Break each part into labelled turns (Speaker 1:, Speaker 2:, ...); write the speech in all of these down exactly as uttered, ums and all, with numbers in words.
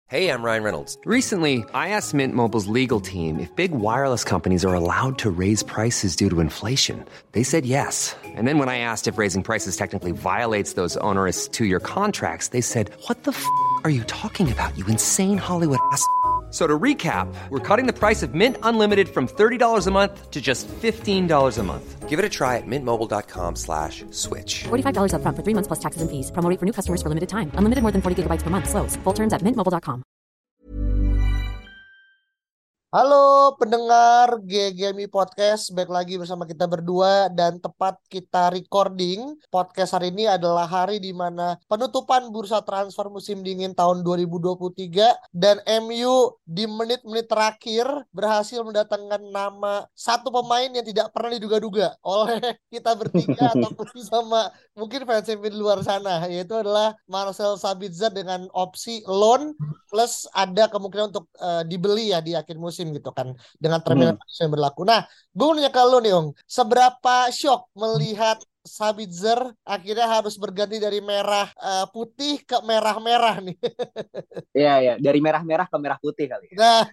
Speaker 1: Hey, I'm Ryan Reynolds.
Speaker 2: Recently, I asked Mint Mobile's legal team if big wireless companies are allowed to raise prices due to inflation. They said yes. And then when I asked if raising prices technically violates those onerous two-year contracts, they said, "What the f*** are you talking about, you insane Hollywood ass?" So to recap, we're cutting the price of Mint Unlimited from thirty dollars a month to just fifteen dollars a month.
Speaker 1: Give it a try at mintmobile.com slash switch.
Speaker 3: forty-five dollars up front for three months plus taxes and fees. Promo rate for new customers for limited time. Unlimited more than forty gigabytes per month. Slows full terms at mint mobile dot com.
Speaker 4: Halo pendengar G G M I Podcast, balik lagi bersama kita berdua dan tepat kita recording podcast hari ini adalah hari di mana penutupan bursa transfer musim dingin tahun dua ribu dua puluh tiga dan M U di menit-menit terakhir berhasil mendatangkan nama satu pemain yang tidak pernah diduga-duga oleh kita bertiga ataupun sama mungkin fans M U di luar sana, yaitu adalah Marcel Sabitzer dengan opsi loan plus ada kemungkinan untuk uh, dibeli ya di akhir musim gitu kan dengan terminal hmm. yang berlaku. Nah, gue mau nanya ke lu nih Ong, seberapa shock melihat Sabitzer akhirnya harus berganti dari merah uh, putih ke merah-merah nih.
Speaker 5: Iya ya, dari merah-merah ke merah putih kali. Ya.
Speaker 4: Nah,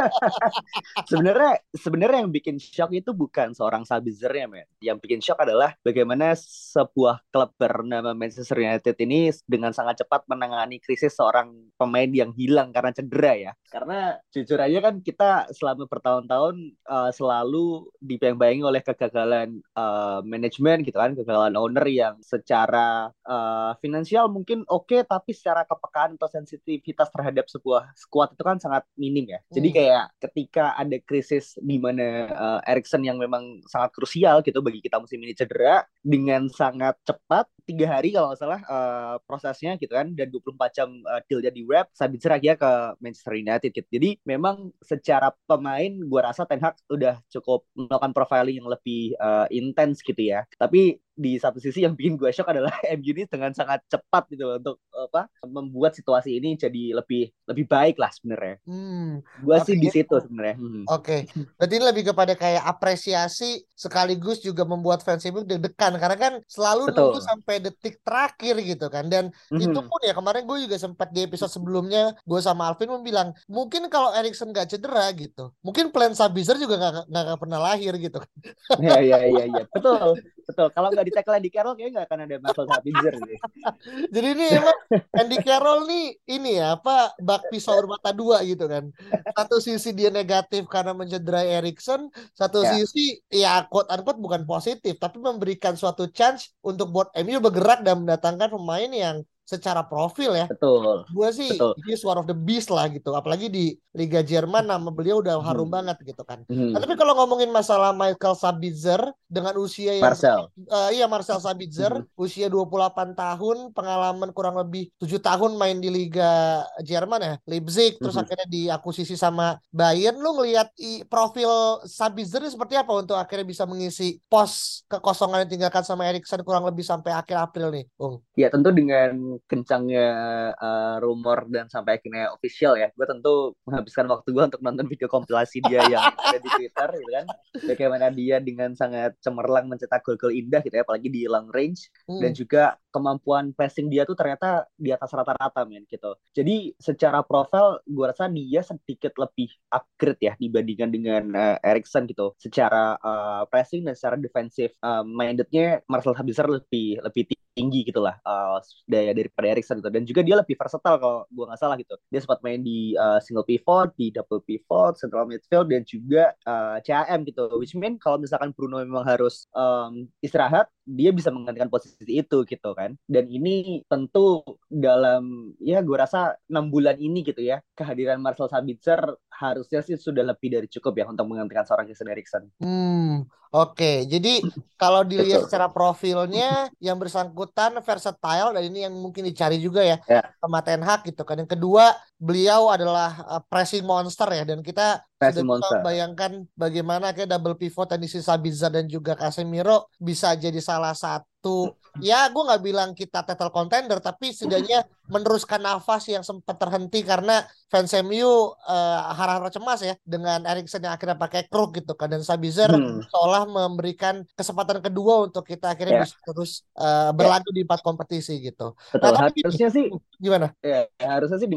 Speaker 5: sebenarnya sebenarnya yang bikin shock itu bukan seorang Sabitzer-nya, men. Yang bikin shock adalah bagaimana sebuah klub bernama Manchester United ini dengan sangat cepat menangani krisis seorang pemain yang hilang karena cedera ya. Karena jujur aja kan kita selama bertahun-tahun uh, selalu dibayang-bayangi oleh kegagalan uh, manajemen gitu kan, kegagalan owner yang secara uh, finansial mungkin oke, okay, tapi secara kepekaan atau sensitivitas terhadap sebuah skuad itu kan sangat minim ya. Jadi kayak ketika ada krisis di mana uh, Eriksen yang memang sangat krusial gitu bagi kita musim ini cedera, dengan sangat cepat tiga hari kalau nggak salah uh, prosesnya gitu kan, dan dua puluh empat jam uh, deal-nya di wrap, Sabitzer akhirnya ke Manchester United gitu. Jadi memang secara pemain gue rasa Ten Hag udah cukup melakukan profiling yang lebih uh, intens gitu ya. Tapi di satu sisi yang bikin gue shock adalah M U ini dengan sangat cepat gitu untuk apa membuat situasi ini jadi lebih lebih baik lah sebenarnya. Hmm, gue okay. sih di situ sebenarnya. Hmm.
Speaker 4: Oke, okay. Berarti ini lebih kepada kayak apresiasi sekaligus juga membuat fans M U deg-degan karena kan selalu
Speaker 5: Betul.
Speaker 4: nunggu sampai detik terakhir gitu kan. Dan mm-hmm. itu pun ya kemarin gue juga sempat di episode sebelumnya gue sama Alvin bilang mungkin kalau Eriksen gak cedera gitu, mungkin plan Sabitzer juga gak, gak, gak pernah lahir gitu.
Speaker 5: Iya iya iya iya betul betul. Kalau nggak di tackle Andy Carroll kayaknya nggak akan ada Marcel Sabitzer gitu.
Speaker 4: Jadi ini emang Andy Carroll nih ini ya apa bak pisau bermata dua gitu kan. Satu sisi dia negatif karena mencederai Eriksen, satu ya. sisi ya quote unquote bukan positif tapi memberikan suatu chance untuk buat M U bergerak dan mendatangkan pemain yang secara profil ya.
Speaker 5: Betul.
Speaker 4: Gue sih ini one of the beast lah gitu. Apalagi di Liga Jerman nama beliau udah harum hmm. banget gitu kan. Hmm. Nah, tapi kalau ngomongin masalah Michael Sabitzer dengan usia yang
Speaker 5: Marcel.
Speaker 4: Uh, iya Marcel Sabitzer hmm. usia dua puluh delapan tahun, pengalaman kurang lebih tujuh tahun main di Liga Jerman ya, Leipzig, terus hmm. akhirnya diakuisisi sama Bayern. Lu ngelihat i, profil Sabitzer ini seperti apa untuk akhirnya bisa mengisi pos kekosongan yang ditinggalkan sama Eriksen kurang lebih sampai akhir April nih, Bung?
Speaker 5: Ya tentu dengan kencangnya uh, rumor dan sampai akhirnya official ya, gue tentu menghabiskan waktu gue untuk nonton video kompilasi dia yang ada di Twitter gitu kan, bagaimana dia dengan sangat cemerlang mencetak gol-gol indah gitu ya, apalagi di long range hmm. dan juga kemampuan passing dia tuh ternyata di atas rata-rata men gitu. Jadi secara profil gue rasa dia sedikit lebih upgrade ya dibandingkan dengan uh, Eriksen gitu. Secara uh, pressing dan secara defensif uh, mindednya Marcel Sabitzer lebih lebih tinggi gitulah uh, daya daripada Eriksen gitu. Dan juga dia lebih versatile kalau gue nggak salah gitu. Dia sempat main di uh, single pivot, di double pivot, central midfield dan juga uh, C A M gitu. Which mean kalau misalkan Bruno memang harus um, istirahat, dia bisa menggantikan posisi itu gitu kan. Dan ini tentu dalam ya gue rasa enam bulan ini gitu ya, kehadiran Marcel Sabitzer harusnya sih sudah lebih dari cukup ya untuk menggantikan seorang Christian Eriksen.
Speaker 4: Hmm, oke. Okay. Jadi kalau dilihat secara profilnya yang bersangkutan versatile dan ini yang mungkin dicari juga ya, ya. sama Ten Hag gitu kan. Yang kedua, beliau adalah uh, pressing monster ya, dan kita pressing sudah monster. Bayangkan bagaimana kayak double pivot dan isi Sabitzer dan juga Casemiro bisa jadi salah satu ya gue nggak bilang kita title contender tapi setidaknya meneruskan nafas yang sempat terhenti karena fans M U uh, harap-harap cemas ya dengan Eriksen yang akhirnya pakai kruk gitu kan, dan Sabitzer hmm. seolah memberikan kesempatan kedua untuk kita akhirnya yeah. bisa terus uh, berlaku yeah. di empat kompetisi gitu.
Speaker 5: Betul,
Speaker 4: Nah,
Speaker 5: harusnya sih
Speaker 4: gimana?
Speaker 5: Ya, harusnya sih dengan dengan, dengan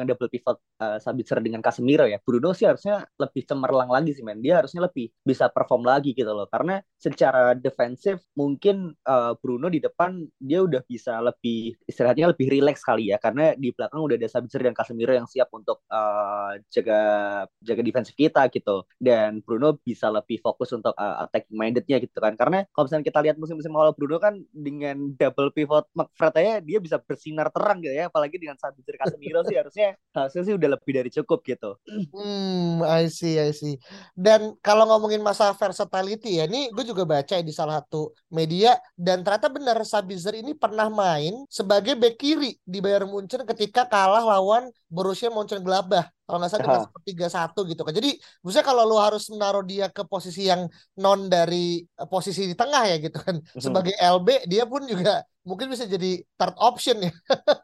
Speaker 5: double pivot uh, Sabitzer dengan Casemiro ya, Bruno sih harusnya lebih cemerlang lagi sih men. Dia harusnya lebih bisa perform lagi gitu loh. Karena secara defensif mungkin uh, Bruno di depan dia udah bisa lebih istilahnya lebih rileks kali ya, karena di belakang udah ada Sabitzer dan Casemiro yang siap untuk uh, jaga jaga defensif kita gitu. Dan Bruno bisa lebih fokus untuk uh, attacking mindednya gitu kan. Karena kalau misalnya kita lihat musim-musim awal Bruno kan dengan double pivot McFred aja dia bisa bersinar terang gitu ya, apalagi dengan Sabitzer Casemiro sih harusnya harusnya sih udah lebih dari cukup gitu.
Speaker 4: Hmm, I see, I see. Dan kalau ngomongin masa versatility ya, ini gue juga baca ya di salah satu media dan ternyata benar Sabitzer ini pernah main sebagai bek kiri di Bayern Munchen ketika kalah lawan Borussia Mönchengladbach. Kalau nggak salah dengan
Speaker 5: Aha.
Speaker 4: tiga satu gitu kan. Jadi maksudnya kalau lu harus menaruh dia ke posisi yang non dari eh, posisi di tengah ya gitu kan.
Speaker 5: Mhm.
Speaker 4: Sebagai L B dia pun juga mungkin bisa jadi third option ya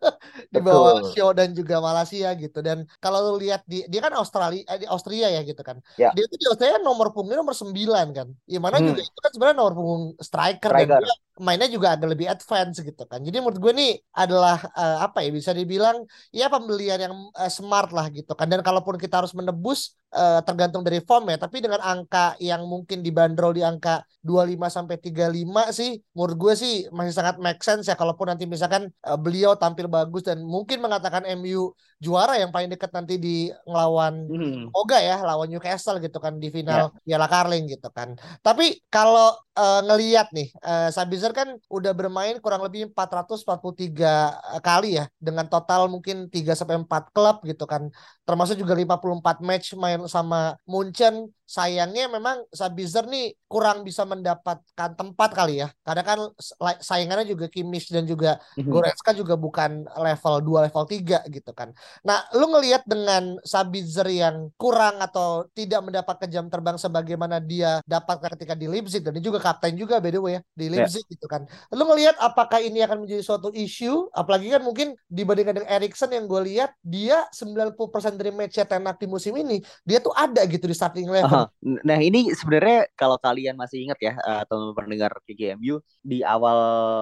Speaker 4: di bawah
Speaker 5: Betul.
Speaker 4: Shaw dan juga Malaysia gitu. Dan kalau lu lihat di dia kan Australia eh, di Austria ya gitu kan.
Speaker 5: Ya.
Speaker 4: Dia tuh di Austria kan nomor punggungnya nomor sembilan kan. Ya mana
Speaker 5: Hmm.
Speaker 4: juga itu kan sebenarnya nomor punggung striker dan
Speaker 5: Striker.
Speaker 4: dia mainnya juga agak lebih advance gitu kan. Jadi menurut gue nih adalah eh, apa ya bisa dibilang ya pembelian yang eh, smart lah gitu kan. Dan kalaupun kita harus menebus eh, tergantung dari form ya, tapi dengan angka yang mungkin dibanderol di angka dua puluh lima sampai tiga puluh lima sih menurut gue sih masih sangat make sense ya, kalaupun nanti misalkan eh, beliau tampil bagus dan mungkin mengatakan M U juara yang paling dekat nanti di ngelawan
Speaker 5: Hmm.
Speaker 4: Oga ya, lawan Newcastle gitu kan di
Speaker 5: Ya.
Speaker 4: final Piala Carling gitu kan. Tapi kalau eh, ngelihat nih eh, Sabitzer kan udah bermain kurang lebih empat ratus empat puluh tiga kali ya dengan total mungkin tiga sampai empat klub gitu kan. Termasuk juga lima puluh empat match main sama Munchen. Sayangnya memang Sabitzer nih kurang bisa mendapatkan tempat kali ya. Karena kan saingannya juga Kimmich dan juga
Speaker 5: Mhm.
Speaker 4: Goretzka juga bukan level dua level tiga gitu kan. Nah, lu ngelihat dengan Sabitzer yang kurang atau tidak mendapatkan jam terbang sebagaimana dia dapatkan ketika di Leipzig, dan dia juga kapten juga by the way ya di
Speaker 5: Ya.
Speaker 4: Leipzig gitu kan. Lu ngelihat apakah ini akan menjadi suatu isu? Apalagi kan mungkin dibandingkan dengan Eriksen yang gue lihat dia sembilan puluh persen dari match-nya Ten Hag di musim ini dia tuh ada gitu di starting eleven.
Speaker 5: Aha. Nah ini sebenarnya kalau kalian masih ingat ya eh, atau pendengar K G M U di awal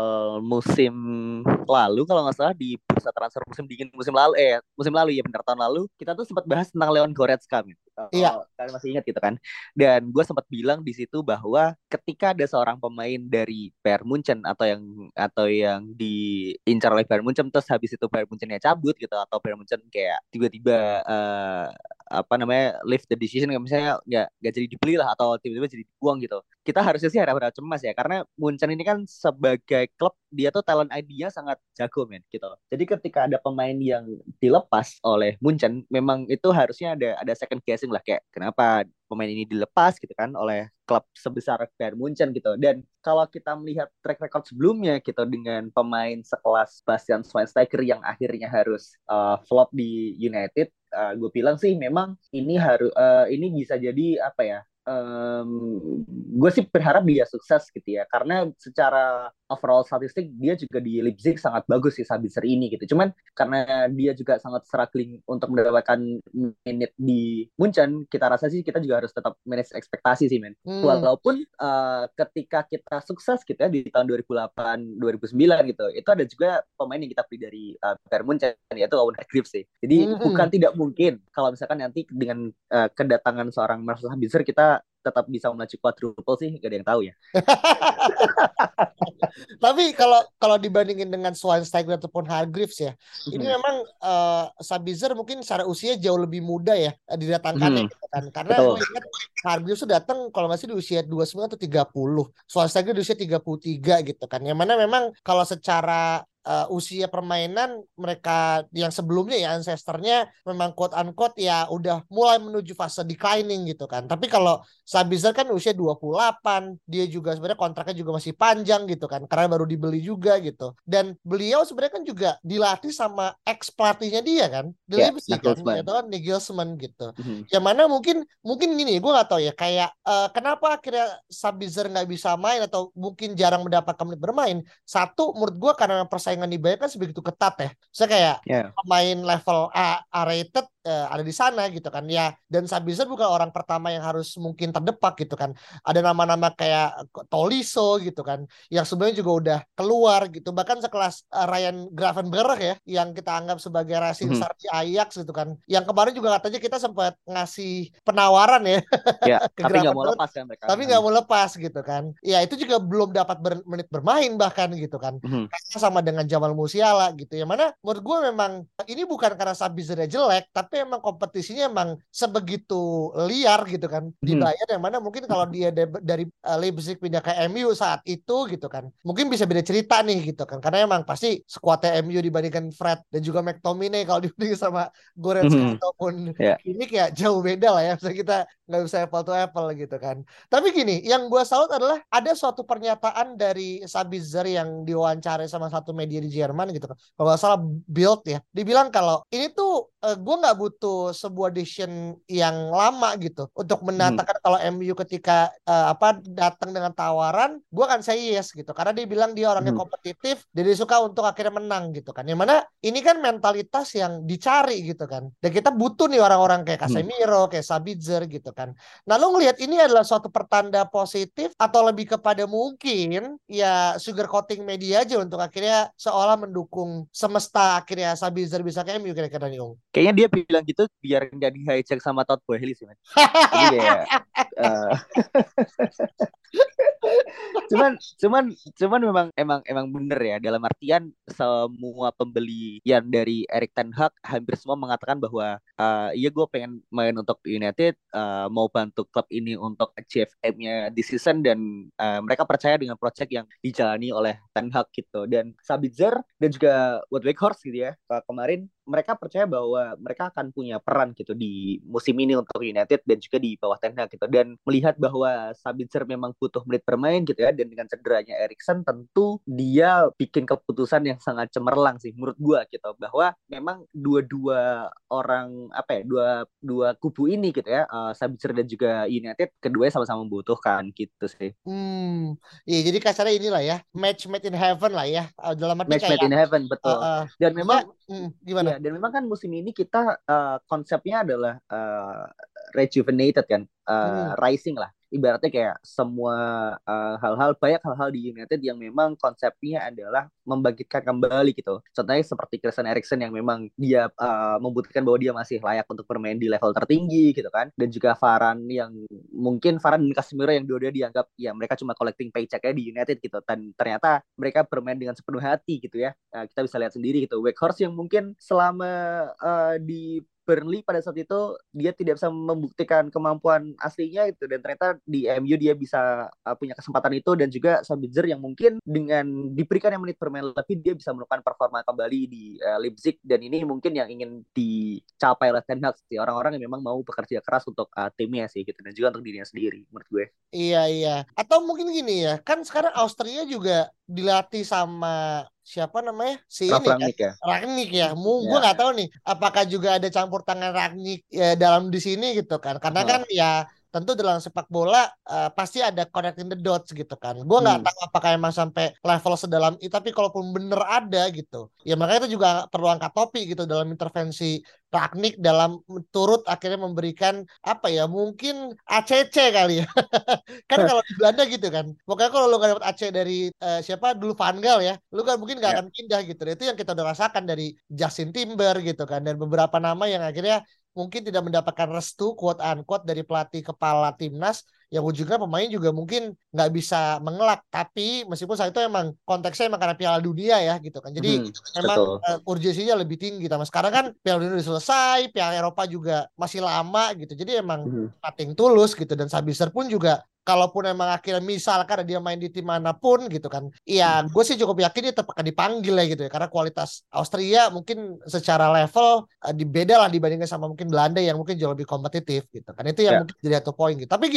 Speaker 5: musim lalu kalau nggak salah di bursa transfer musim dingin musim lalu eh musim lalu ya benar tahun lalu kita tuh sempat bahas tentang Leon Goretzka men.
Speaker 4: Iya.
Speaker 5: Oh, kalian masih ingat gitu kan? Dan gue sempat bilang di situ bahwa ketika ada seorang pemain dari Bayern Munchen atau yang atau yang diincar oleh Bayern Munchen terus habis itu Bayern Munchennya cabut gitu atau Bayern Munchen kayak tiba-tiba eh, apa namanya lift the decision kayak misalnya nggak nggak jadi dibeli lah atau tiba-tiba jadi dibuang gitu, kita harusnya sih harap-harap cemas ya karena Munchen ini kan sebagai klub dia tuh talent I D-nya sangat jago men gitu. Jadi ketika ada pemain yang dilepas oleh Munchen memang itu harusnya ada ada second guessing lah kayak kenapa pemain ini dilepas gitu kan oleh klub sebesar Bayern Munchen gitu. Dan kalau kita melihat track record sebelumnya gitu dengan pemain sekelas Bastian Schweinsteiger yang akhirnya harus uh, flop di United, uh, gue bilang sih memang ini harus uh, ini bisa jadi apa ya? Um, gue sih berharap dia sukses gitu ya karena secara overall statistik dia juga di Leipzig sangat bagus sih Sabitzer ini gitu. Cuman karena dia juga sangat struggling untuk mendapatkan menit di Munchen, kita rasa sih kita juga harus tetap manage ekspektasi sih men.
Speaker 4: Hmm.
Speaker 5: Walaupun uh, ketika kita sukses gitu ya di tahun dua ribu delapan dua ribu sembilan gitu, itu ada juga pemain yang kita beli dari uh, Bayern Munchen yaitu Owen Hargreaves sih. Jadi
Speaker 4: Hmm.
Speaker 5: bukan tidak mungkin kalau misalkan nanti dengan uh, kedatangan seorang Marcel Sabitzer kita tetap bisa melaju quadruple sih, gak ada yang tahu ya.
Speaker 4: Tapi kalau kalau dibandingin dengan Schweinsteiger ataupun Hargreaves ya, ini
Speaker 5: Mhm.
Speaker 4: memang uh, Sabitzer mungkin secara usia jauh lebih muda ya eh, didatangkannya
Speaker 5: Mhm.
Speaker 4: gitu kan. Karena
Speaker 5: Betul.
Speaker 4: gue ingat Hargreaves tuh datang kalau masih di usia dua puluh sembilan atau tiga puluh. Schweinsteiger di usia tiga puluh tiga gitu kan. Yang mana memang kalau secara uh, usia permainan mereka yang sebelumnya ya ancestornya memang quote unquote ya udah mulai menuju fase declining gitu kan. Tapi kalau Sabitzer kan usia dua puluh delapan, dia juga sebenarnya kontraknya juga masih panjang gitu kan karena baru dibeli juga gitu. Dan beliau sebenarnya kan juga dilatih sama ex pelatihnya dia kan di
Speaker 5: Ya,
Speaker 4: Leipzig kan,
Speaker 5: Nagelsmann.
Speaker 4: yaitu kan Nagelsmann gitu.
Speaker 5: Mhm.
Speaker 4: Yang mana mungkin mungkin gini, gue nggak tahu ya kayak uh, kenapa akhirnya Sabitzer nggak bisa main atau mungkin jarang mendapatkan menit bermain. Satu, menurut gue karena persaingan di Bayern kan sebegitu ketat ya. Saya kayak
Speaker 5: Yeah.
Speaker 4: pemain level A, A rated uh, ada di sana gitu kan ya. Dan Sabitzer bukan orang pertama yang harus mungkin terdepak gitu kan. Ada nama-nama kayak Tolisso gitu kan, yang sebenarnya juga udah keluar gitu. Bahkan sekelas uh, Ryan Gravenberch ya, yang kita anggap sebagai rising
Speaker 5: Mhm.
Speaker 4: star di Ajax gitu kan. Yang kemarin juga katanya kita sempat ngasih penawaran ya
Speaker 5: Ya,
Speaker 4: ke
Speaker 5: tapi nggak mau
Speaker 4: Gravenberch,
Speaker 5: lepas kan mereka.
Speaker 4: tapi nggak mau lepas gitu kan. Ya itu juga belum dapat ber- menit bermain bahkan gitu kan.
Speaker 5: Mhm.
Speaker 4: Karena sama dengan Jamal Musiala gitu. Yang mana menurut gue memang ini bukan karena Sabitzer jelek, tapi emang kompetisinya emang sebegitu liar gitu kan di
Speaker 5: Mhm.
Speaker 4: Bayern, yang mana mungkin kalau dia de- dari uh, Leipzig pindah ke M U saat itu gitu kan, mungkin bisa beda cerita nih gitu kan. Karena emang pasti skuadnya M U dibandingkan Fred dan juga McTominay kalau dibandingin sama Goretzka
Speaker 5: Mhm.
Speaker 4: ataupun
Speaker 5: Ya.
Speaker 4: ini kayak jauh beda lah ya. Misalnya kita nggak bisa apple to apple gitu kan. Tapi gini, yang gue salut adalah ada suatu pernyataan dari Sabitzer yang diwawancarai sama satu media di Jerman gitu kan. Kalau nggak salah Bild ya. Dibilang kalau ini tuh uh, gue nggak butuh sebuah decision yang lama gitu untuk mendatangkan kalau M U ketika uh, apa datang dengan tawaran, gue akan say yes gitu. Karena dia bilang dia orangnya
Speaker 5: Mhm.
Speaker 4: kompetitif, dan dia suka untuk akhirnya menang gitu kan. Yang mana ini kan mentalitas yang dicari gitu kan. Dan kita butuh nih orang-orang kayak
Speaker 5: Mhm.
Speaker 4: Casemiro, kayak Sabitzer gitu kan. Nah, lo ngelihat ini adalah suatu pertanda positif atau lebih kepada mungkin ya sugar coating media aja untuk akhirnya seolah mendukung semesta akhirnya Sabitzer bisa ke M U kira-kira nih Ung.
Speaker 5: Kayaknya dia bilang gitu biar nggak di hijack sama Todd Boehly sih, man. Jadi kayak eh, cuman cuman cuman memang emang emang bener ya, dalam artian semua pembelian dari Erik ten Hag hampir semua mengatakan bahwa eh, iya gue pengen main untuk United, eh, mau bantu klub ini untuk achieve aim-nya di season, dan eh, mereka percaya dengan project yang dijalani oleh ten Hag gitu. Dan Sabitzer dan juga Wout Weghorst gitu ya, eh, kemarin mereka percaya bahwa mereka akan punya peran gitu di musim ini untuk United dan juga di bawah Ten Hag gitu. Dan melihat bahwa Sabitzer memang butuh menit bermain gitu ya, dan dengan cederanya Eriksen tentu dia bikin keputusan yang sangat cemerlang sih menurut gua gitu, bahwa memang dua-dua orang apa ya, dua dua kubu ini gitu ya, uh, Sabitzer dan juga United, keduanya sama-sama membutuhkan gitu sih.
Speaker 4: Hmm, iya jadi kasarnya inilah ya, match made in heaven lah ya. Uh, dalam arti
Speaker 5: Match made
Speaker 4: kayak
Speaker 5: in heaven,
Speaker 4: uh,
Speaker 5: betul.
Speaker 4: uh,
Speaker 5: Dan
Speaker 4: dia
Speaker 5: memang
Speaker 4: hmm, gimana?
Speaker 5: ya, dan memang kan musim ini kita uh, konsepnya adalah uh, rejuvenated kan, uh,
Speaker 4: Hmm.
Speaker 5: rising lah. Ibaratnya kayak semua uh, hal-hal, banyak hal-hal di United yang memang konsepnya adalah membangkitkan kembali gitu. Contohnya seperti Christian Eriksen yang memang dia uh, membuktikan bahwa dia masih layak untuk bermain di level tertinggi gitu kan. Dan juga Varane yang mungkin Varane dan Casemiro yang dua-duanya dianggap ya mereka cuma collecting paycheck-nya di United gitu. Dan ternyata mereka bermain dengan sepenuh hati gitu ya. Uh, kita bisa lihat sendiri gitu. Weghorst yang mungkin selama uh, di Burnley pada saat itu dia tidak bisa membuktikan kemampuan aslinya itu, dan ternyata di M U dia bisa uh, punya kesempatan itu. Dan juga Sabitzer yang mungkin dengan diberikan yang menit bermain lebih dia bisa menemukan performa kembali di uh, Leipzig, dan ini mungkin yang ingin dicapai oleh Ten Hag sih, orang-orang yang memang mau bekerja keras untuk uh, timnya sih gitu, dan juga untuk dirinya sendiri menurut gue.
Speaker 4: Iya iya. Atau mungkin gini ya, kan sekarang Austria juga dilatih sama siapa namanya si
Speaker 5: Ralf
Speaker 4: ini kan
Speaker 5: Rangnick ya.
Speaker 4: Rangnick ya. Mu gue
Speaker 5: Ya.
Speaker 4: nggak tahu nih apakah juga ada campur tangan Rangnick ya, dalam di sini gitu kan. Karena kan
Speaker 5: Uh-huh.
Speaker 4: ya tentu dalam sepak bola uh, pasti ada connecting the dots gitu kan. Gue nggak
Speaker 5: Hmm.
Speaker 4: tahu apakah emang sampai level sedalam itu, tapi kalaupun bener ada gitu, ya makanya itu juga perlu angkat topi gitu dalam intervensi Rangnick dalam turut akhirnya memberikan apa ya, mungkin A C C kali ya. Kan kalau di Belanda gitu kan, pokoknya kalau lu gak dapet A C dari uh, siapa dulu Van Gaal ya, lu kan mungkin gak
Speaker 5: Ya.
Speaker 4: akan pindah gitu. Itu yang kita udah rasakan dari Justin Timber gitu kan, dan beberapa nama yang akhirnya mungkin tidak mendapatkan restu quote unquote dari pelatih kepala timnas, yang ujungnya pemain juga mungkin nggak bisa mengelak. Tapi meskipun saat itu emang konteksnya emang karena Piala Dunia ya gitu kan, jadi
Speaker 5: Hmm.
Speaker 4: emang
Speaker 5: Betul.
Speaker 4: uh, urgensinya lebih tinggi. Tapi sekarang kan Piala Dunia udah selesai, Piala Eropa juga masih lama gitu, jadi emang
Speaker 5: Hmm.
Speaker 4: nothing tulus gitu. Dan Sabitzer pun juga kalaupun emang akhirnya misalkan dia main di tim manapun gitu kan, ya gue sih cukup yakin dia tetap akan dipanggil ya gitu ya, karena kualitas Austria mungkin secara level uh, di beda lah dibandingkan sama mungkin Belanda yang mungkin jauh lebih kompetitif gitu kan. Itu yang
Speaker 5: Ya.
Speaker 4: mungkin jadi satu poin gitu. Tapi gini, uh,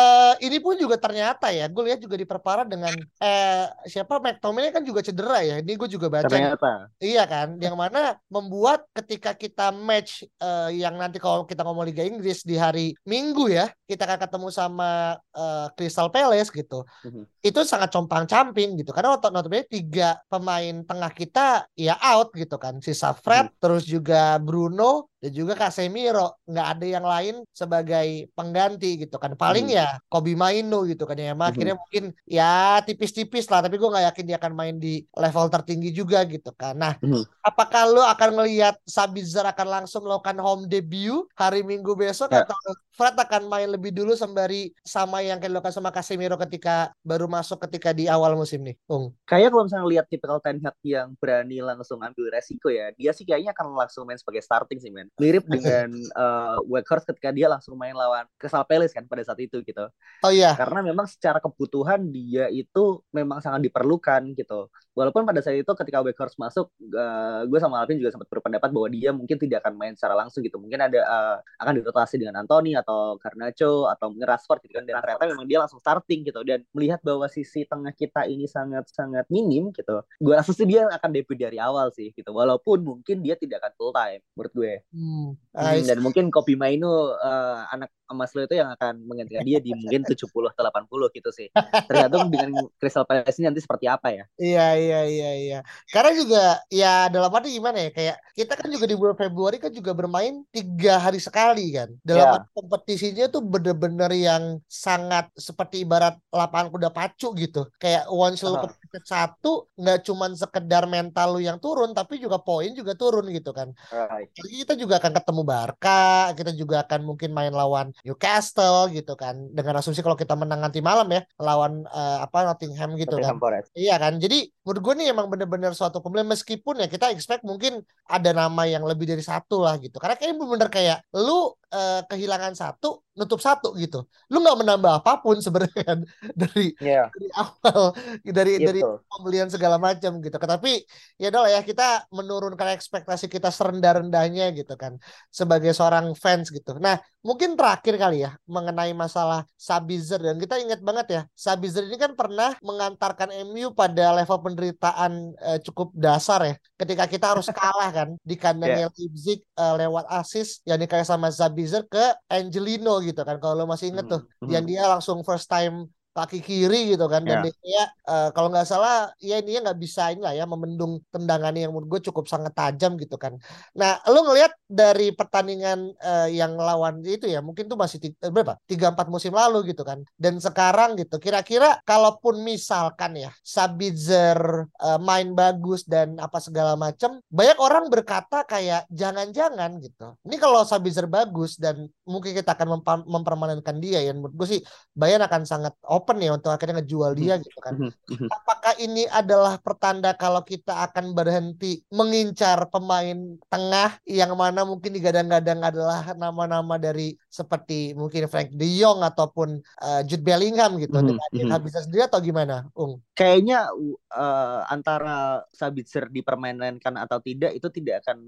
Speaker 4: eh ini pun juga ternyata ya, gue lihat juga diperparah dengan eh siapa McTominay kan juga cedera ya. Ini gue juga baca.
Speaker 5: Ternyata.
Speaker 4: Iya kan, yang mana membuat ketika kita match eh, yang nanti kalau kita ngomong Liga Inggris di hari Minggu ya, kita akan ketemu sama eh, Crystal Palace gitu.
Speaker 5: Mhm.
Speaker 4: Itu sangat compang-camping gitu. Karena waktu notabene tiga pemain tengah kita ya out gitu kan. Sisa Fred,
Speaker 5: Mhm.
Speaker 4: terus juga Bruno dan juga Casemiro. Nggak ada yang lain sebagai pengganti gitu kan. Paling
Speaker 5: Mhm.
Speaker 4: ya Kobbie Mainoo gitu kan ya. Emang
Speaker 5: Mhm.
Speaker 4: akhirnya mungkin ya tipis-tipis lah. Tapi gue nggak yakin dia akan main di level tertinggi juga gitu kan. Nah,
Speaker 5: Mhm.
Speaker 4: apakah lo akan melihat Sabitzer akan langsung melakukan home debut hari Minggu besok
Speaker 5: Ya.
Speaker 4: atau Fred akan main lebih dulu sembari sama yang dilakukan sama Casemiro ketika baru masuk ketika di awal musim nih, Ung?
Speaker 5: Kayak kalau misalnya lihat tipikal Ten Hag yang berani langsung ambil resiko ya, dia sih kayaknya akan langsung main sebagai starting sih, men. Mirip dengan uh, Weghorst ketika dia langsung main lawan Crystal Palace kan pada saat itu gitu.
Speaker 4: Oh iya.
Speaker 5: Karena memang secara kebutuhan dia itu memang sangat diperlukan gitu. Walaupun pada saat itu ketika Weghorst masuk, uh, gue sama Alvin juga sempat berpendapat bahwa dia mungkin tidak akan main secara langsung gitu. Mungkin ada uh, akan dirotasi dengan Anthony atau Garnacho atau mungkin Rashford gitu kan. Dan ternyata memang dia langsung starting gitu. Dan melihat bahwa sisi tengah kita ini sangat-sangat minim gitu. Gue rasa sih dia akan debut dari awal sih gitu. Walaupun mungkin dia tidak akan full time menurut gue.
Speaker 4: Hmm.
Speaker 5: Hmm, dan mungkin Kobbie Mainoo uh, anak emas lo itu yang akan menggantikan dia di mungkin tujuh puluh atau delapan puluh gitu sih. Tergantung dengan Crystal Palace ini nanti seperti apa ya.
Speaker 4: Iya, iya, iya, iya. Karena juga ya dalam arti gimana ya, kayak kita kan juga di bulan Februari kan juga bermain tiga hari sekali kan. Dalam
Speaker 5: Ya.
Speaker 4: arti kompetisinya tuh bener-bener yang sangat seperti ibarat lapangan kuda pacu gitu. Kayak once lu
Speaker 5: Aha.
Speaker 4: kepepet satu, nggak cuman sekedar mental lu yang turun, tapi juga poin juga turun gitu kan.
Speaker 5: Right.
Speaker 4: Jadi kita juga akan ketemu Barca, kita juga akan mungkin main lawan Newcastle gitu kan. Dengan asumsi kalau kita menang nanti malam ya, lawan eh, apa Nottingham gitu kan.
Speaker 5: Nottingham Forest.
Speaker 4: Iya kan. Jadi menurut gue nih emang bener-bener suatu pembelian meskipun ya kita expect mungkin ada nama yang lebih dari satu lah gitu. Karena kayaknya bener-bener kayak lu eh, kehilangan satu, nutup satu gitu. Lu nggak menambah apapun sebenarnya kan dari
Speaker 5: Yeah.
Speaker 4: dari awal dari dari
Speaker 5: Gitu.
Speaker 4: pembelian segala macam gitu. Tapi ya udah lah ya kita menurunkan ekspektasi kita serendah-rendahnya gitu kan sebagai seorang fans gitu. Nah, mungkin terakhir kali ya mengenai masalah Sabitzer dan kita ingat banget ya Sabitzer ini kan pernah mengantarkan M U pada level penderitaan eh, cukup dasar ya ketika kita harus kalah kan di kandangnya
Speaker 5: Yeah.
Speaker 4: Leipzig eh, lewat assist yang dikasih sama Sabitzer ke Angelino gitu kan kalau lo masih inget tuh
Speaker 5: Mhm.
Speaker 4: yang dia langsung first time kaki kiri gitu kan dan
Speaker 5: Ya.
Speaker 4: dia uh, kalau nggak salah ya ini nggak bisa ini lah ya memendung tendangannya yang menurut gue cukup sangat tajam gitu kan. Nah lu ngelihat dari pertandingan uh, yang lawan itu ya mungkin tuh masih tiga, berapa tiga empat musim lalu gitu kan dan sekarang gitu kira-kira kalaupun misalkan ya Sabitzer uh, main bagus dan apa segala macam banyak orang berkata kayak jangan-jangan gitu ini kalau Sabitzer bagus dan mungkin kita akan mempa- mempermanenkan dia ya menurut gue sih Bayern akan sangat open ya untuk akhirnya ngejual dia gitu kan. Apakah ini adalah pertanda kalau kita akan berhenti mengincar pemain tengah yang mana mungkin digadang-gadang adalah nama-nama dari seperti mungkin Frank De Jong ataupun uh, Jude Bellingham gitu dengan Eden Hazard sendiri atau gimana, Ung?
Speaker 5: Kayaknya uh, antara Sabitzer dipermainkan atau tidak itu tidak akan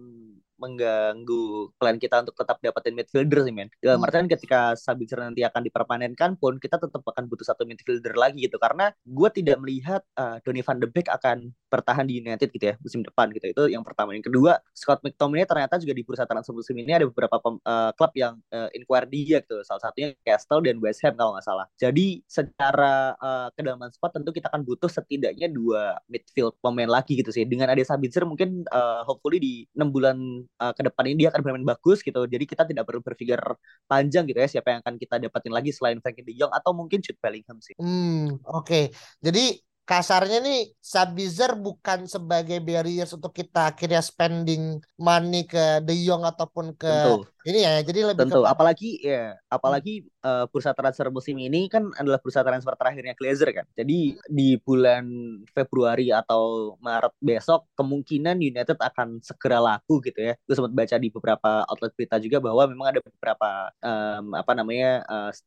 Speaker 5: mengganggu plan kita untuk tetap dapetin midfielder sih men. Dalam
Speaker 4: Hmm.
Speaker 5: artian ketika Sabitzer nanti akan dipermanenkan pun kita tetap akan butuh satu midfielder lagi gitu karena gue tidak melihat uh, Donny van de Beek akan bertahan di United gitu ya musim depan gitu. Itu yang pertama. Yang kedua, Scott McTominay ternyata juga di bursa transfer musim ini ada beberapa pem, uh, klub yang uh, inquire dia gitu. Salah satunya Castle dan West Ham kalau nggak salah. Jadi secara uh, kedalaman squad tentu kita akan butuh setidaknya dua midfield pemain lagi gitu sih. Dengan ada Sabitzer mungkin uh, hopefully di enam bulan uh, ke depan ini dia akan bermain bagus gitu. Jadi kita tidak perlu berpikir panjang gitu ya siapa yang akan kita dapatin lagi selain Frankie De Jong atau mungkin Jude Bellingham sih.
Speaker 4: Hmm, oke. Okay. Jadi kasarnya nih Sabitzer bukan sebagai barriers untuk kita akhirnya spending money ke De Jong ataupun ke
Speaker 5: Tentu.
Speaker 4: ini ya. Jadi lebih
Speaker 5: Tentu.
Speaker 4: ke
Speaker 5: Apalagi ya, apalagi hmm. uh, bursa transfer musim ini kan adalah bursa transfer terakhirnya Glazer kan. Jadi di bulan Februari atau Maret besok kemungkinan United akan segera laku gitu ya. Gue sempat baca di beberapa outlet berita juga bahwa memang ada beberapa um, apa namanya uh, state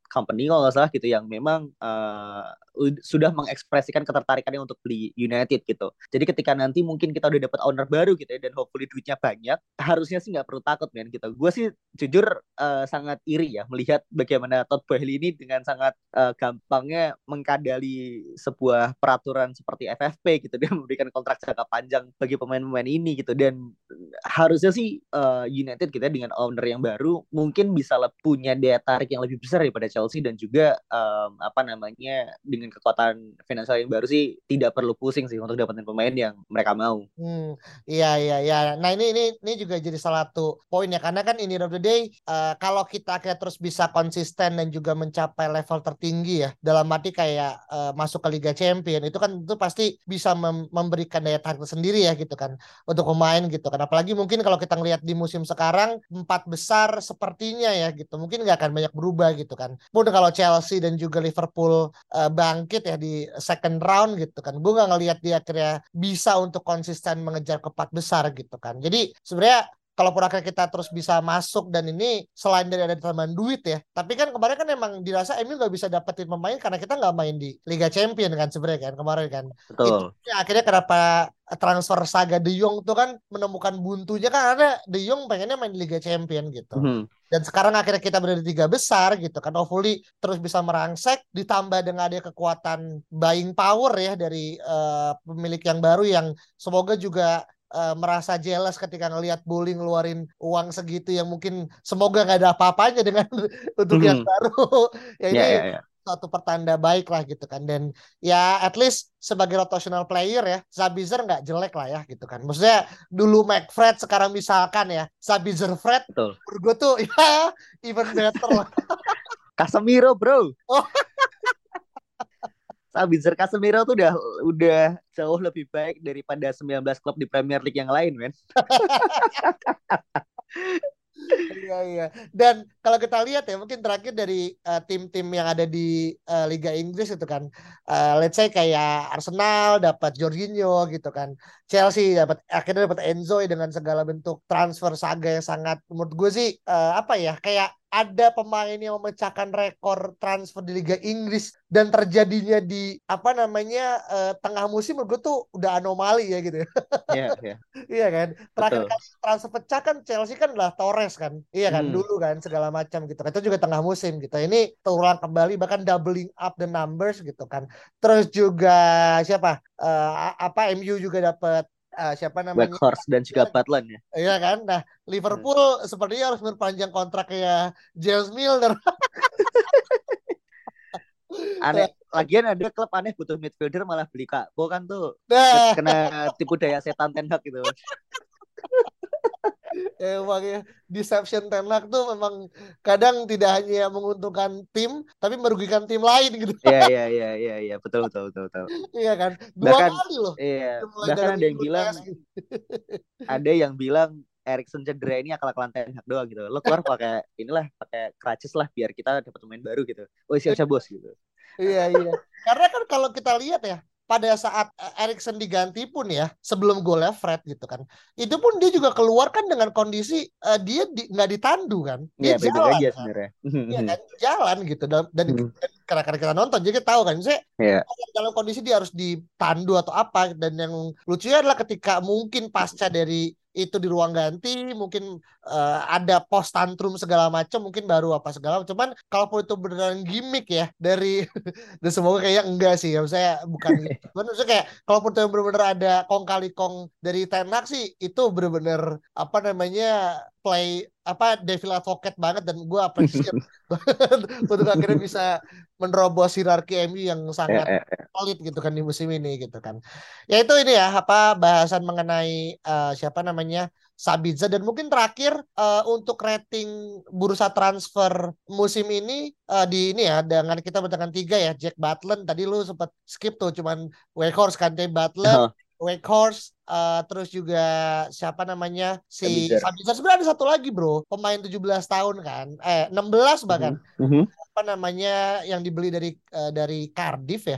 Speaker 5: Company kalau nggak salah gitu yang memang uh, sudah mengekspresikan ketertarikannya untuk beli United gitu. Jadi ketika nanti mungkin kita udah dapat owner baru gitu ya dan hopefully duitnya banyak, harusnya sih nggak perlu takut men gitu. Gue sih jujur uh, sangat iri ya melihat bagaimana Todd Boehly ini dengan sangat uh, gampangnya mengkadali sebuah peraturan seperti F F P gitu, dia memberikan kontrak jangka panjang bagi pemain-pemain ini gitu. Dan harusnya sih uh, United kita dengan owner yang baru mungkin bisa punya daya tarik yang lebih besar daripada Chelsea, dan juga um, apa namanya dengan kekuatan finansial yang baru sih tidak perlu pusing sih untuk dapetin pemain yang mereka mau.
Speaker 4: Hmm, iya iya iya. Nah ini ini ini juga jadi salah satu poin ya, karena kan ini of the day uh, kalau kita akhirnya terus bisa konsisten dan juga mencapai level tertinggi ya, dalam arti kayak uh, masuk ke Liga Champion, itu kan itu pasti bisa mem- memberikan daya tarik sendiri ya gitu kan untuk pemain gitu kan. Apalagi mungkin kalau kita ngelihat di musim sekarang empat besar sepertinya ya gitu, mungkin nggak akan banyak berubah gitu kan. Pun kalau Chelsea dan juga Liverpool uh, bangkit ya di second round gitu kan, gue nggak ngelihat dia akhirnya bisa untuk konsisten mengejar ke empat besar gitu kan. Jadi sebenarnya kalaupun akhirnya kita terus bisa masuk, dan ini selain dari ada tambahan duit ya, tapi kan kemarin kan emang dirasa M U nggak bisa dapetin pemain karena kita nggak main di Liga Champion kan sebenarnya kan kemarin kan. Itu
Speaker 5: Betul.
Speaker 4: ya, akhirnya kenapa transfer saga De Jong tuh kan menemukan buntunya kan, karena De Jong pengennya main di Liga Champion gitu.
Speaker 5: Mm-hmm.
Speaker 4: Dan sekarang akhirnya kita berada di tiga besar gitu kan, hopefully terus bisa merangsek, ditambah dengan ada kekuatan buying power ya dari uh, pemilik yang baru, yang semoga juga uh, merasa jealous ketika ngelihat Bully ngeluarin uang segitu yang mungkin semoga nggak ada apa-apanya dengan untuk
Speaker 5: Mm-hmm.
Speaker 4: yang baru. Ya ini
Speaker 5: yeah, yeah, yeah.
Speaker 4: suatu pertanda baik lah gitu kan. Dan ya at least sebagai rotational player ya, Sabitzer nggak jelek lah ya gitu kan. Maksudnya dulu McFred, sekarang misalkan ya Sabitzer Fred, menurut gue tuh ya even better lah.
Speaker 5: Casemiro bro.
Speaker 4: Oh.
Speaker 5: Sabitzer Casemiro tuh udah udah jauh lebih baik daripada sembilan belas klub di Premier League yang lain men.
Speaker 4: Iya iya. Dan kalau kita lihat ya, mungkin terakhir dari uh, tim-tim yang ada di uh, Liga Inggris itu kan, uh, let's say kayak Arsenal dapat Jorginho gitu kan, Chelsea dapat akhirnya dapat Enzo dengan segala bentuk transfer saga yang sangat, menurut gue sih uh, apa ya, kayak ada pemain yang memecahkan rekor transfer di Liga Inggris dan terjadinya di apa namanya uh, tengah musim, menurut gue tuh udah anomali ya gitu.
Speaker 5: Iya, iya.
Speaker 4: Iya kan. Terakhir kali transfer pecah kan Chelsea kan adalah Torres kan. Iya kan, hmm. dulu kan segala macam gitu. Itu juga tengah musim gitu. Ini terulang kembali, bahkan doubling up the numbers gitu kan. Terus juga siapa? Uh, apa M U juga dapat Uh, siapa namanya?
Speaker 5: Weghorst dan juga Butland ya.
Speaker 4: Iya kan. Nah, Liverpool hmm. sepertinya harus memperpanjang kontraknya James Milner.
Speaker 5: Aneh. Lagian ada klub aneh butuh midfielder malah beli Kakpo kan tuh. Nah. Kena tipu daya setan Ten Hag gitu.
Speaker 4: Emang ya, deception Ten Hag tuh memang kadang tidak hanya menguntungkan tim, tapi merugikan tim lain gitu.
Speaker 5: Iya iya iya iya iya betul betul betul betul.
Speaker 4: Iya kan, dua
Speaker 5: bahkan,
Speaker 4: kali loh.
Speaker 5: Iya. Bahkan ada yang bilang, ada yang bilang Eriksen cedera ini akal-akalan Ten Hag doang gitu. Lo keluar pakai inilah, pakai crutches lah biar kita dapat pemain baru gitu. Oh siap-siap bos gitu.
Speaker 4: Iya iya. Karena kan kalau kita lihat ya, pada saat Eriksen diganti pun ya, sebelum golnya Fred gitu kan, itu pun dia juga keluar kan dengan kondisi uh, dia nggak di, ditandu kan, dia
Speaker 5: ya,
Speaker 4: jalan
Speaker 5: aja
Speaker 4: kan,
Speaker 5: sebenarnya.
Speaker 4: Iya kan, jalan gitu, dan, dan hmm. karena kita nonton jadi kita tahu kan, saya yeah. dalam kondisi dia harus ditandu atau apa. Dan yang lucunya adalah ketika mungkin pasca dari itu di ruang ganti mungkin uh, ada post tantrum segala macam, mungkin baru apa segala, cuman kalaupun itu beneran gimmick ya dari dan semoga kayaknya enggak sih ya, saya bukan gitu. Maksudnya kayak kalaupun itu bener-bener ada kong kali kong dari Ten Hag sih, itu bener-bener apa namanya play apa devil advocate banget, dan gue appreciate untuk akhirnya bisa menerobos hierarki M U yang sangat solid gitu kan di musim ini gitu kan. Ya itu ini ya apa bahasan mengenai uh, siapa namanya Sabitzer. Dan mungkin terakhir uh, untuk rating bursa transfer musim ini uh, di ini ya, dengan kita bertengah tiga ya, Jack Butland tadi lu sempat skip tuh, cuman Weghorst kan, Butland, uh-huh. Weghorst, uh, terus juga siapa namanya si Sabitzer. Sebenarnya ada satu lagi bro, pemain tujuh belas tahun kan, eh enam belas bahkan, uh-huh. Uh-huh. apa namanya yang dibeli dari uh, dari Cardiff ya,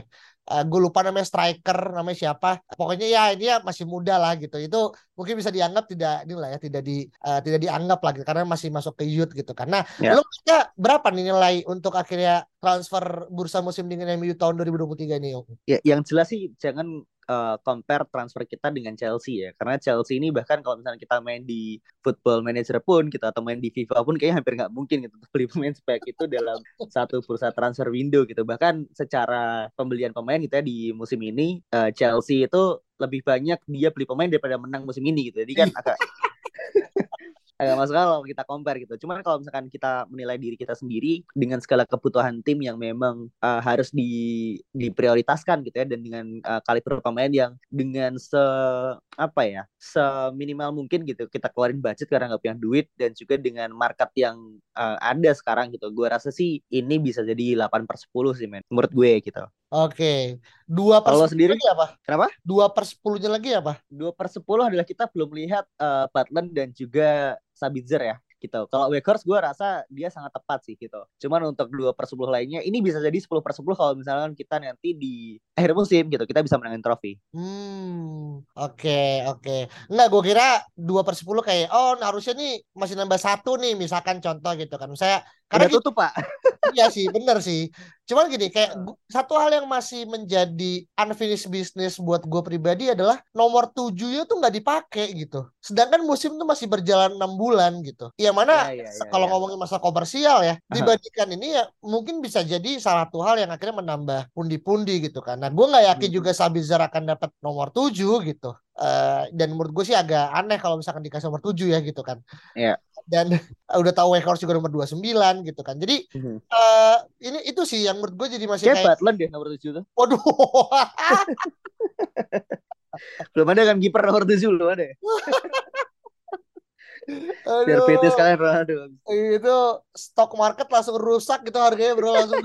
Speaker 4: uh, gue lupa namanya striker namanya siapa. Pokoknya ya ini ya masih muda lah gitu. Itu mungkin bisa dianggap tidak inilah ya tidak di uh, tidak dianggap lagi karena masih masuk ke youth gitu. Karena
Speaker 5: Ya.
Speaker 4: lu kira berapa nih nilai untuk akhirnya transfer bursa musim dingin M U tahun dua ribu dua puluh tiga ini?
Speaker 5: Ya, yang jelas sih jangan uh, compare transfer kita dengan Chelsea ya. Karena Chelsea ini bahkan kalau misalnya kita main di Football Manager pun kita atau main di FIFA pun kayaknya hampir nggak mungkin gitu beli pemain sebaik itu dalam satu bursa transfer window gitu. Bahkan secara pembelian pemain gitu ya di musim ini uh, Chelsea itu lebih banyak dia beli pemain daripada menang musim ini gitu. Jadi kan agak agak masuk akal kalau kita compare gitu. Cuman kalau misalkan kita menilai diri kita sendiri dengan segala kebutuhan tim yang memang uh, harus di diprioritaskan gitu ya dan dengan uh, kaliber pemain yang dengan se apa ya seminimal mungkin gitu kita keluarin budget karena nggak punya duit dan juga dengan market yang uh, ada sekarang gitu. Gue rasa sih ini bisa jadi delapan per sepuluh sih men. Menurut gue gitu.
Speaker 4: Oke, dua per
Speaker 5: Kalau
Speaker 4: sepuluh
Speaker 5: sendiri
Speaker 4: lagi apa?
Speaker 5: kenapa?
Speaker 4: Dua per sepuluhnya lagi apa?
Speaker 5: Dua per sepuluh adalah kita belum lihat uh, Butland dan juga Sabitzer ya gitu. Kalau Weghorst gue rasa dia sangat tepat sih gitu. Cuman untuk dua per sepuluh lainnya ini bisa jadi sepuluh per sepuluh kalau misalnya kita nanti di akhir musim gitu kita bisa menangin trofi.
Speaker 4: Hmm, oke oke. Enggak, gue kira dua per sepuluh kayak oh harusnya nih masih nambah satu nih misalkan contoh gitu kan. Saya karena
Speaker 5: Udah tutup Pak.
Speaker 4: iya sih, bener sih. Cuman gini, kayak gu- satu hal yang masih menjadi unfinished business buat gue pribadi adalah nomor tujuhnya tuh nggak dipakai gitu. Sedangkan musim tuh masih berjalan enam bulan gitu. Yang mana
Speaker 5: Ya ya
Speaker 4: se-
Speaker 5: ya
Speaker 4: kalau
Speaker 5: ya.
Speaker 4: ngomongin masa komersial ya,
Speaker 5: Aha.
Speaker 4: dibandingkan ini ya mungkin bisa jadi salah satu hal yang akhirnya menambah pundi-pundi gitu kan. Nah, gue nggak yakin
Speaker 5: Hmm.
Speaker 4: juga Sabitzer akan dapat nomor tujuh gitu. Eh, dan menurut gue sih agak aneh kalau misalkan dikasih nomor tujuh ya gitu kan.
Speaker 5: Ya.
Speaker 4: Dan udah tahu Weghorst juga nomor dua puluh sembilan gitu kan. Jadi
Speaker 5: Mhm.
Speaker 4: eh ini itu sih yang menurut gue jadi masih
Speaker 5: Kayak
Speaker 4: kayak
Speaker 5: Butland deh nomor tujuh tuh.
Speaker 4: waduh.
Speaker 5: Belum ada kan kiper nomor tujuh belum ada. Ya? Biar P T
Speaker 4: Aduh,
Speaker 5: sekalian Ronaldo.
Speaker 4: itu stock market langsung rusak gitu harganya bro langsung.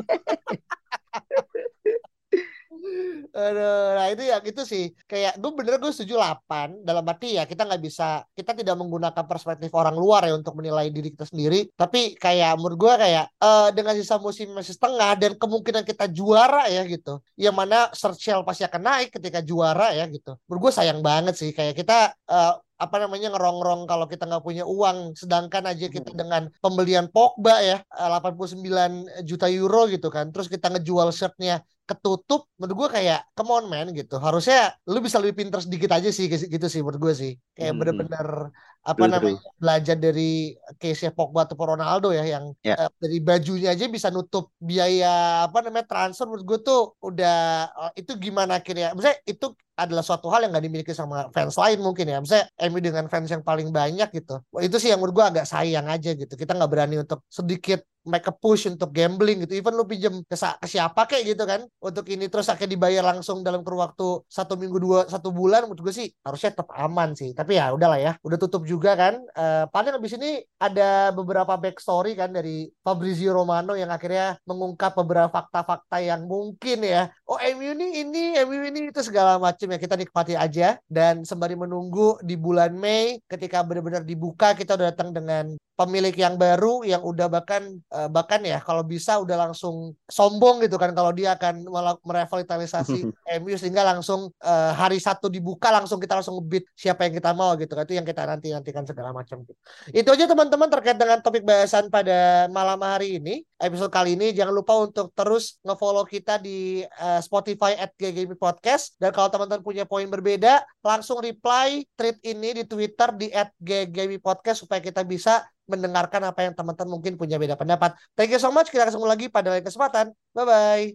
Speaker 4: Aduh, nah itu ya gitu sih. Kayak gue bener gue setuju delapan dalam arti ya kita nggak bisa kita tidak menggunakan perspektif orang luar ya untuk menilai diri kita sendiri. Tapi kayak menurut gue kayak eh, dengan sisa musim masih setengah dan kemungkinan kita juara ya gitu. Yang mana Churchill pasti akan naik ketika juara ya gitu. Menurut gue sayang banget sih kayak kita eh, apa namanya ngerongrong kalau kita nggak punya uang sedangkan aja kita dengan pembelian Pogba ya eh, delapan puluh sembilan juta euro gitu kan terus kita ngejual shirtnya ketutup menurut gue kayak come on man gitu harusnya lu bisa lebih pinter sedikit aja sih gitu sih menurut gue sih kayak
Speaker 5: Mhm.
Speaker 4: bener-bener apa
Speaker 5: True,
Speaker 4: namanya
Speaker 5: true.
Speaker 4: belajar dari case-nya Pogba atau Ronaldo ya yang
Speaker 5: Ya.
Speaker 4: eh, dari bajunya aja bisa nutup biaya apa namanya transfer menurut gue tuh udah eh, itu gimana akhirnya misalnya itu adalah suatu hal yang gak dimiliki sama fans lain mungkin ya misalnya M U dengan fans yang paling banyak gitu wah, itu sih yang menurut gue agak sayang aja gitu kita nggak berani untuk sedikit make a push untuk gambling gitu even lu pinjem ke, sa- ke siapa kayak gitu kan untuk ini terus akhirnya dibayar langsung dalam kurun waktu satu minggu dua satu bulan menurut gue sih harusnya tetap aman sih tapi ya udahlah ya udah tutup juga kan. Eh, paling abis ini ada beberapa backstory kan dari Fabrizio Romano yang akhirnya mengungkap beberapa fakta-fakta yang mungkin ya oh M U ini ini M U ini itu segala macam ya kita nikmati aja dan sembari menunggu di bulan Mei ketika benar-benar dibuka kita udah datang dengan pemilik yang baru yang udah bahkan uh, bahkan ya kalau bisa udah langsung sombong gitu kan kalau dia akan merevitalisasi M U sehingga langsung uh, hari satu dibuka langsung kita langsung ngebit siapa yang kita mau gitu kan itu yang kita nanti nantikan segala macam gitu. Itu aja teman-teman terkait dengan topik bahasan pada malam hari ini episode kali ini jangan lupa untuk terus ngefollow kita di uh, Spotify at G G M Podcast dan kalau teman-teman punya poin berbeda langsung reply tweet ini di Twitter di at G G M Podcast supaya kita bisa mendengarkan apa yang teman-teman mungkin punya beda pendapat. Thank you so much. Kita ketemu lagi pada lain kesempatan. Bye-bye.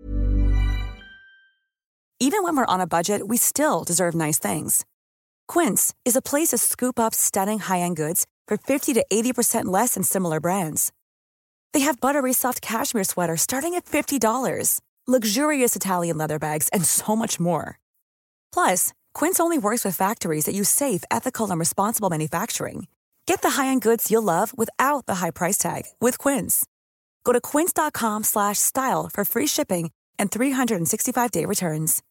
Speaker 6: Even when we're on a budget, we still deserve nice things. Quince is a place to scoop up stunning high-end goods for fifty to eighty percent less than similar brands. They have buttery soft cashmere sweaters starting at fifty dollars, luxurious Italian leather bags, and so much more. Plus, Quince only works with factories that use safe, ethical, and responsible manufacturing. Get the high-end goods you'll love without the high price tag with Quince. Go to quince.com slash style for free shipping and three sixty-five day returns.